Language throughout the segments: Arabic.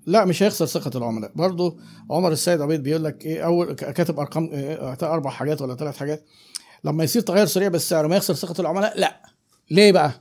لا مش هيخسر ثقة العملاء برضو. عمر السيد عبيد بيقول لك ايه، اول كاتب ارقام 4 حاجات ولا 3 حاجات، لما يصير تغير سريع بالسعر ما يخسر ثقة العملاء. لا ليه بقى؟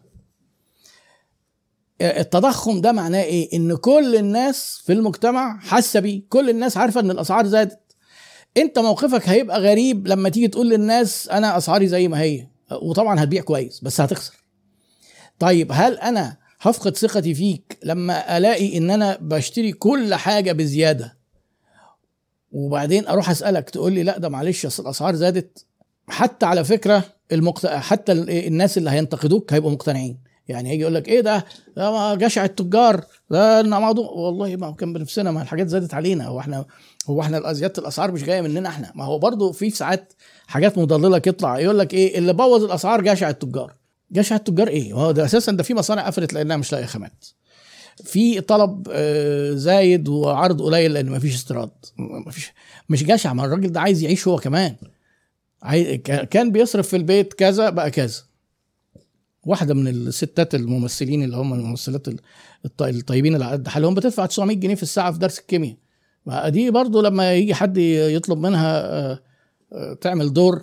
التضخم ده معناه ايه؟ ان كل الناس في المجتمع حاسه بيه، كل الناس عارفه ان الاسعار زادت. انت موقفك هيبقى غريب لما تيجي تقول للناس انا اسعاري زي ما هي، وطبعا هتبيع كويس بس هتخسر. طيب هل انا هفقد ثقتي فيك لما الاقي ان انا بشتري كل حاجه بزياده وبعدين اروح اسالك تقول لي لا ده معلش اصل الاسعار زادت؟ حتى على فكره حتى الناس اللي هينتقدوك هيبقوا مقتنعين. يعني هيجي يقول لك ايه ده ما جشع التجار ده موضوع، والله ما كان بنفسنا، ما الحاجات زادت علينا، هو احنا زياده الاسعار مش جايه مننا احنا. ما هو برضو في ساعات حاجات مضلله يطلع يقول لك ايه اللي بوظ الاسعار جشع التجار. جشع التجار ايه؟ هو ده اساسا ده في مصانع قفلت لانها مش لاقيه خامات، في طلب زايد وعرض قليل لان مفيش استيراد. مش جشع، ما الراجل ده عايز يعيش هو كمان، كان بيصرف في البيت كذا بقى كذا. واحده من الستات الممثلين اللي هم الممثلات الطيبين اللي على قد حالهم بتدفع 900 جنيه في الساعه في درس الكيمياء. دي برضو لما يجي حد يطلب منها تعمل دور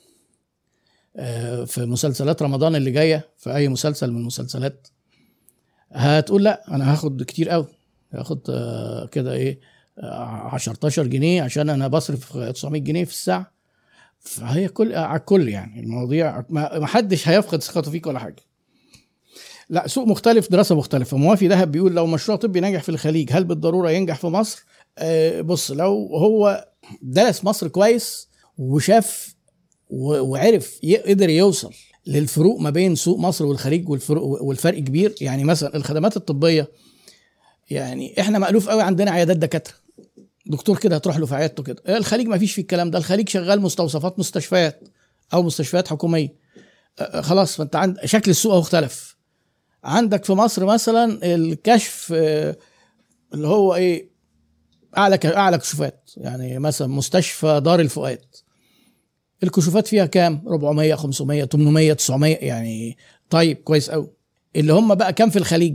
في مسلسلات رمضان اللي جايه، في اي مسلسل من المسلسلات، هتقول لا انا هاخد كتير قوي، هاخد كده ايه 10 جنيه عشان انا بصرف 900 جنيه في الساعه. فهي على الكل يعني المواضيع، ما حدش هيفقد ثقته فيك ولا حاجه. لا سوق مختلف، دراسه مختلفه. موافي دهب بيقول لو مشروع طبي ناجح في الخليج هل بالضروره ينجح في مصر؟ بص، لو هو درس مصر كويس وشاف وعرف قدر يوصل للفروق ما بين سوق مصر والخليج، والفرق كبير. يعني مثلا الخدمات الطبيه، يعني احنا مألوف قوي عندنا عيادات دكاتره، دكتور كده هتروح له في عيادته كده. الخليج ما فيش فيه الكلام ده، الخليج شغال مستوصفات مستشفيات او مستشفيات حكوميه. خلاص، فانت عند شكل السوق اختلف. عندك في مصر مثلا الكشف اللي هو ايه اعلى كشوفات، يعني مثلا مستشفى دار الفؤاد الكشوفات فيها كام؟ 400 500 800 900 يعني. طيب كويس قوي. اللي هم بقى كام في الخليج؟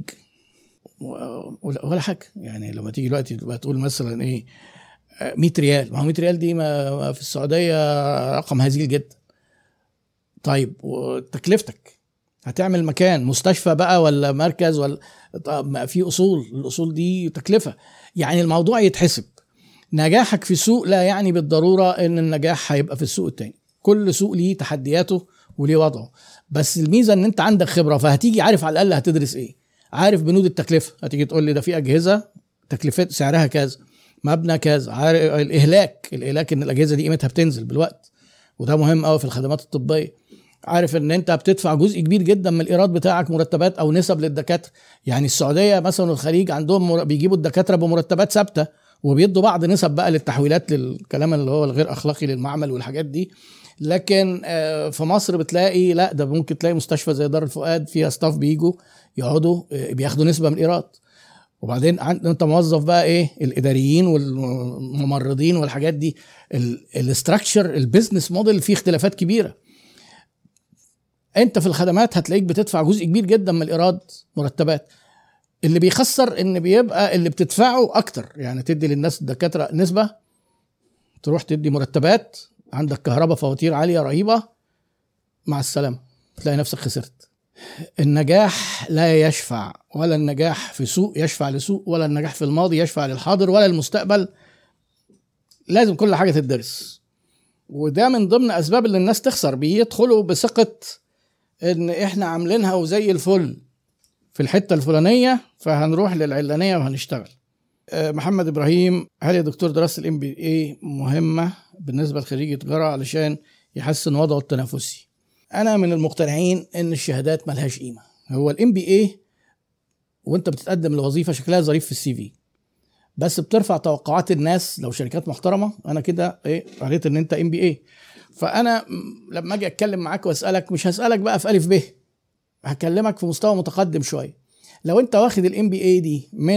ولا حاجه. يعني لما تيجي دلوقتي تقول مثلا ايه 100 ريال، ما هو 100 ريال دي ما في السعوديه رقم هزيل جدا. طيب وتكلفتك هتعمل مكان مستشفى بقى ولا مركز ولا في اصول، الاصول دي تكلفه. يعني الموضوع يتحسب. نجاحك في سوق لا يعني بالضروره ان النجاح هيبقى في السوق التاني. كل سوق ليه تحدياته وليه وضعه، بس الميزه ان انت عندك خبره، فهتيجي عارف على الاقل هتدرس ايه، عارف بنود التكلفه. هتيجي تقول لي ده في اجهزه تكلفه سعرها كذا، مبنى كذا، عارف الاهلاك ان الاجهزه دي قيمتها بتنزل بالوقت، وده مهم قوي في الخدمات الطبيه. عارف ان انت بتدفع جزء كبير جدا من الايراد بتاعك مرتبات او نسب للدكاتره. يعني السعوديه مثلا والخليج عندهم بيجيبوا الدكاتره بمرتبات ثابته، وبيدوا بعض نسب بقى للتحويلات للكلام اللي هو الغير اخلاقي للمعمل والحاجات دي. لكن في مصر بتلاقي لا، ده ممكن تلاقي مستشفى زي دار الفؤاد فيها ستاف بيجوا يقعدوا بياخدوا نسبه من الايراد. وبعدين انت موظف بقى ايه، الاداريين والممرضين والحاجات دي، الاستراكشر البيزنس موديل فيه اختلافات كبيره. انت في الخدمات هتلاقيك بتدفع جزء كبير جدا من الايراد مرتبات. اللي بيخسر ان بيبقى اللي بتدفعه اكتر، يعني تدي للناس الدكاتره نسبه، تروح تدي مرتبات، عندك كهرباء فواتير عاليه رهيبه، مع السلامه تلاقي نفسك خسرت. النجاح لا يشفع، ولا النجاح في سوق يشفع لسوق، ولا النجاح في الماضي يشفع للحاضر ولا المستقبل. لازم كل حاجه تدرس، وده من ضمن اسباب اللي الناس تخسر. بيدخلوا بثقه ان احنا عاملينها وزي الفل في الحته الفلانيه، فهنروح للعلانيه وهنشتغل. محمد ابراهيم، هل يا دكتور دراسه الMBA مهمه بالنسبه لخريج تجاره علشان يحسن وضعه التنافسي؟ انا من المقتنعين ان الشهادات ملهاش قيمه. هو الMBA وانت بتتقدم لوظيفه شكلها ظريف في الCV، بس بترفع توقعات الناس. لو شركات محترمه انا كده قريت ان انت MBA، فانا لما اجي اتكلم معاك واسالك مش هسالك بقى في الف ب، هكلمك في مستوى متقدم شويه. لو انت واخد الMBA دي من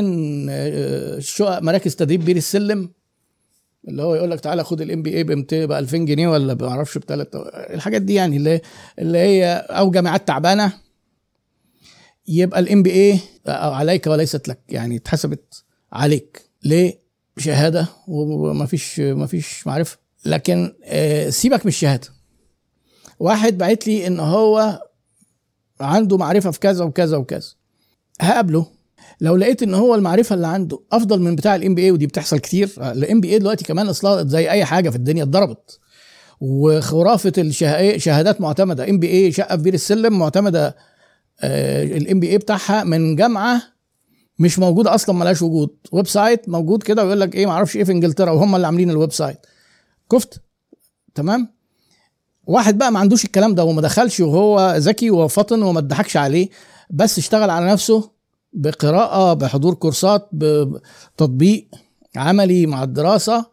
مراكز تدريب بير السلم، اللي هو يقول لك تعالى خد الMBA ب 2000 جنيه ولا ما اعرفش الحاجات دي، يعني اللي هي او جامعات تعبانه، يبقى الMBA عليك وليست لك، يعني اتحسبت عليك ليه؟ شهاده ومفيش معرفه. لكن سيبك من الشهاده، واحد بعت لي ان هو عنده معرفه في كذا وكذا وكذا، هقابله. لو لقيت ان هو المعرفه اللي عنده افضل من بتاع الام بي اي، ودي بتحصل كتير. الام بي اي دلوقتي كمان اصلا زي اي حاجه في الدنيا اتضربت، وخرافه شهادات معتمده. ام بي اي شقه في بير السلم معتمده، الام بي اي بتاعها من جامعه مش موجوده اصلا، ملهاش وجود. ويب سايت موجود كده ويقول لك ايه معرفش ايه في انجلترا، وهم اللي عاملين الويب سايت كفت. تمام. واحد بقى ما عندوش الكلام ده وما دخلش وهو ذكي وفطن وما اتضحكش عليه، بس اشتغل على نفسه بقراءة، بحضور كورسات، بتطبيق عملي مع الدراسة،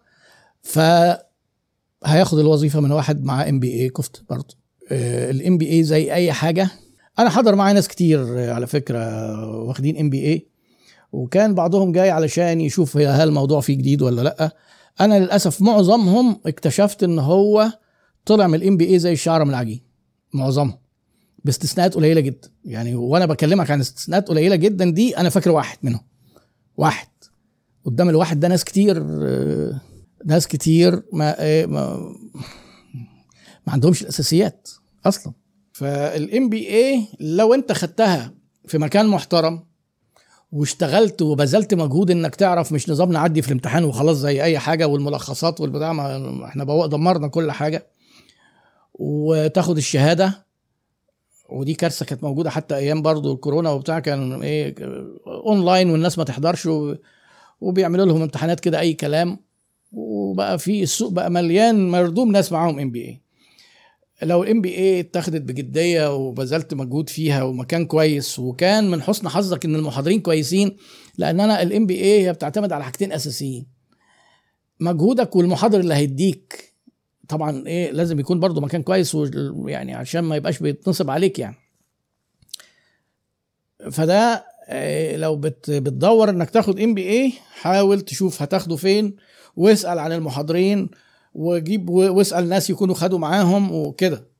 فهياخد الوظيفة من واحد مع ام بي اي كفت برضه. الام بي اي زي اي حاجة. انا حضر معايا ناس كتير على فكرة واخدين ام بي اي، وكان بعضهم جاي علشان يشوف هل الموضوع فيه جديد ولا لا. انا للأسف معظمهم اكتشفت ان هو طلع من الام بي اي زي الشعره من العجين، معظمهم باستثناءات قليله جدا. يعني وانا بكلمك عن استثناءات قليله جدا دي، انا فاكر واحد منهم، واحد قدام الواحد ده ناس كتير ما عندهمش الاساسيات اصلا. فالام بي اي لو انت خدتها في مكان محترم واشتغلت وبذلت مجهود انك تعرف، مش نظام نعدي في الامتحان وخلاص زي اي حاجه والملخصات والبتاع، ما احنا دمرنا كل حاجه، وتاخد الشهاده. ودي كارثه كانت موجوده حتى ايام برضو الكورونا وبتاع، كان ايه اونلاين والناس ما تحضرش وبيعملوا لهم امتحانات كده اي كلام، وبقى في السوق بقى مليان مردوم ناس معاهم ام بي اي. لو الام بي اي اتخذت بجديه وبذلت مجهود فيها ومكان كويس، وكان من حسن حظك ان المحاضرين كويسين، لان انا الام بي اي هي بتعتمد على حاجتين اساسيين: مجهودك والمحاضر اللي هيديك. طبعا ايه لازم يكون برضو مكان كويس، يعني عشان ما يبقاش بيتنصب عليك يعني. فده لو بتدور انك تاخد ام بي اي، حاول تشوف هتاخده فين، واسأل عن المحاضرين، واسأل ناس يكونوا خدوا معاهم وكده.